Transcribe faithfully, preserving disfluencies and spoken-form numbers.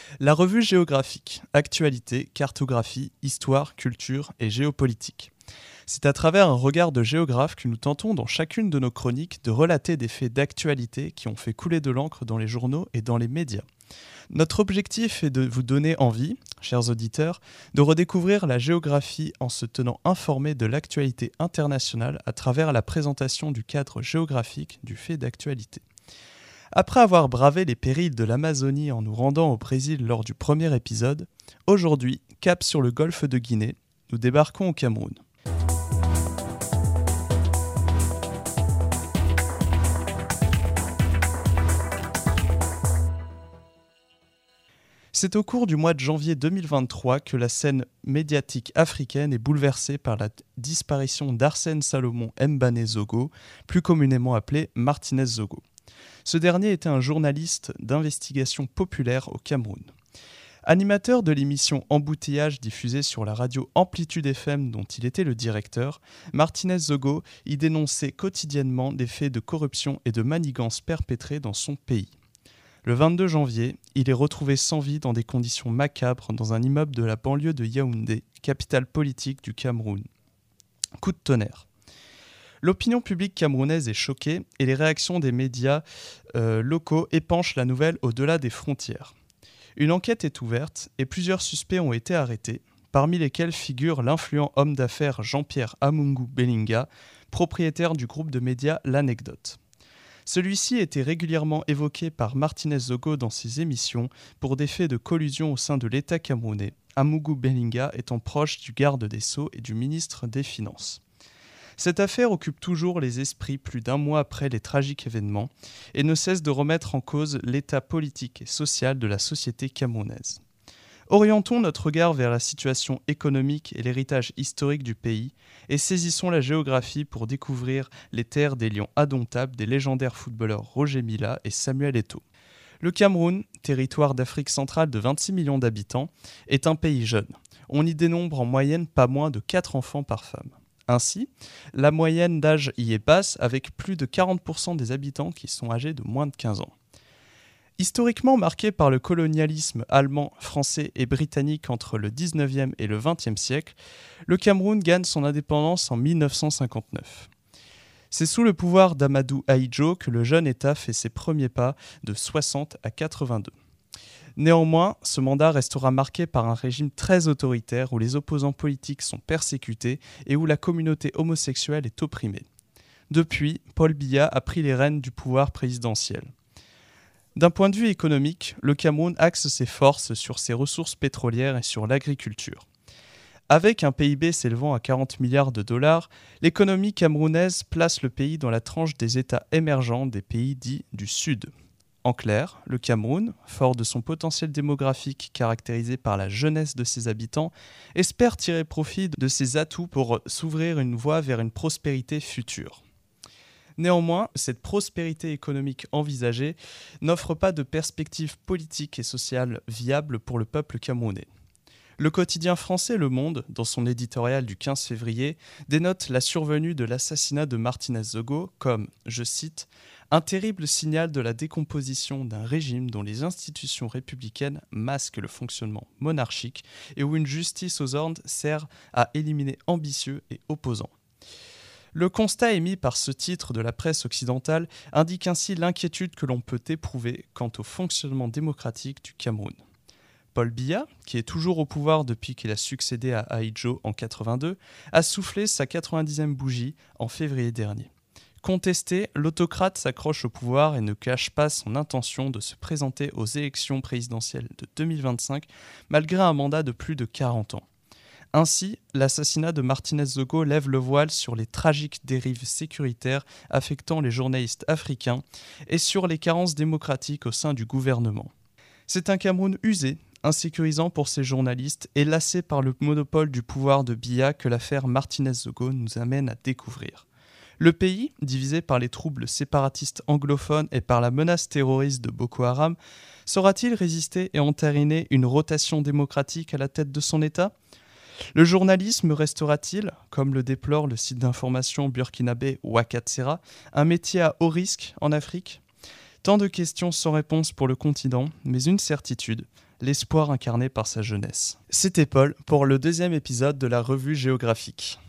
La revue géographique, actualité, cartographie, histoire, culture et géopolitique. C'est à travers un regard de géographe que nous tentons dans chacune de nos chroniques de relater des faits d'actualité qui ont fait couler de l'encre dans les journaux et dans les médias. Notre objectif est de vous donner envie, chers auditeurs, de redécouvrir la géographie en se tenant informés de l'actualité internationale à travers la présentation du cadre géographique du fait d'actualité. Après avoir bravé les périls de l'Amazonie en nous rendant au Brésil lors du premier épisode, aujourd'hui, cap sur le golfe de Guinée, nous débarquons au Cameroun. C'est au cours du mois de janvier deux mille vingt-trois que la scène médiatique africaine est bouleversée par la disparition d'Arsène Salomon Mbane Zogo, plus communément appelé Martinez Zogo. Ce dernier était un journaliste d'investigation populaire au Cameroun. Animateur de l'émission Embouteillage diffusée sur la radio Amplitude F M dont il était le directeur, Martinez Zogo y dénonçait quotidiennement des faits de corruption et de manigance perpétrés dans son pays. Le vingt-deux janvier, il est retrouvé sans vie dans des conditions macabres dans un immeuble de la banlieue de Yaoundé, capitale politique du Cameroun. Coup de tonnerre. L'opinion publique camerounaise est choquée et les réactions des médias euh, locaux épanchent la nouvelle au-delà des frontières. Une enquête est ouverte et plusieurs suspects ont été arrêtés, parmi lesquels figure l'influent homme d'affaires Jean-Pierre Amungu Belinga, propriétaire du groupe de médias L'Anecdote. Celui-ci était régulièrement évoqué par Martinez Zogo dans ses émissions pour des faits de collusion au sein de l'État camerounais, Amungu Belinga étant proche du garde des Sceaux et du ministre des Finances. Cette affaire occupe toujours les esprits plus d'un mois après les tragiques événements et ne cesse de remettre en cause l'état politique et social de la société camerounaise. Orientons notre regard vers la situation économique et l'héritage historique du pays et saisissons la géographie pour découvrir les terres des lions indomptables des légendaires footballeurs Roger Milla et Samuel Eto'o. Le Cameroun, territoire d'Afrique centrale de vingt-six millions d'habitants, est un pays jeune. On y dénombre en moyenne pas moins de quatre enfants par femme. Ainsi, la moyenne d'âge y est basse avec plus de quarante pour cent des habitants qui sont âgés de moins de quinze ans. Historiquement marqué par le colonialisme allemand, français et britannique entre le dix-neuvième et le vingtième siècle, le Cameroun gagne son indépendance en mille neuf cent cinquante-neuf. C'est sous le pouvoir d'Amadou Ahidjo que le jeune État fait ses premiers pas de soixante à quatre-vingt-deux. Néanmoins, ce mandat restera marqué par un régime très autoritaire où les opposants politiques sont persécutés et où la communauté homosexuelle est opprimée. Depuis, Paul Biya a pris les rênes du pouvoir présidentiel. D'un point de vue économique, le Cameroun axe ses forces sur ses ressources pétrolières et sur l'agriculture. Avec un P I B s'élevant à quarante milliards de dollars, l'économie camerounaise place le pays dans la tranche des États émergents des pays dits du Sud. En clair, le Cameroun, fort de son potentiel démographique caractérisé par la jeunesse de ses habitants, espère tirer profit de ses atouts pour s'ouvrir une voie vers une prospérité future. Néanmoins, cette prospérité économique envisagée n'offre pas de perspectives politiques et sociales viables pour le peuple camerounais. Le quotidien français Le Monde, dans son éditorial du quinze février, dénote la survenue de l'assassinat de Martinez Zogo comme, je cite, « un terrible signal de la décomposition d'un régime dont les institutions républicaines masquent le fonctionnement monarchique et où une justice aux ordres sert à éliminer ambitieux et opposants. » Le constat émis par ce titre de la presse occidentale indique ainsi l'inquiétude que l'on peut éprouver quant au fonctionnement démocratique du Cameroun. Paul Biya, qui est toujours au pouvoir depuis qu'il a succédé à Ahidjo en quatre-vingt-deux, a soufflé sa quatre-vingt-dixième bougie en février dernier. Contesté, l'autocrate s'accroche au pouvoir et ne cache pas son intention de se présenter aux élections présidentielles de deux mille vingt-cinq malgré un mandat de plus de quarante ans. Ainsi, l'assassinat de Martinez Zogo lève le voile sur les tragiques dérives sécuritaires affectant les journalistes africains et sur les carences démocratiques au sein du gouvernement. C'est un Cameroun usé, insécurisant pour ses journalistes et lassé par le monopole du pouvoir de Biya que l'affaire Martinez Zogo nous amène à découvrir. Le pays, divisé par les troubles séparatistes anglophones et par la menace terroriste de Boko Haram, saura-t-il résister et entériner une rotation démocratique à la tête de son État ? Le journalisme restera-t-il, comme le déplore le site d'information burkinabé Ouakatsera, un métier à haut risque en Afrique ? Tant de questions sans réponse pour le continent, mais une certitude, l'espoir incarné par sa jeunesse. C'était Paul pour le deuxième épisode de la revue géographique.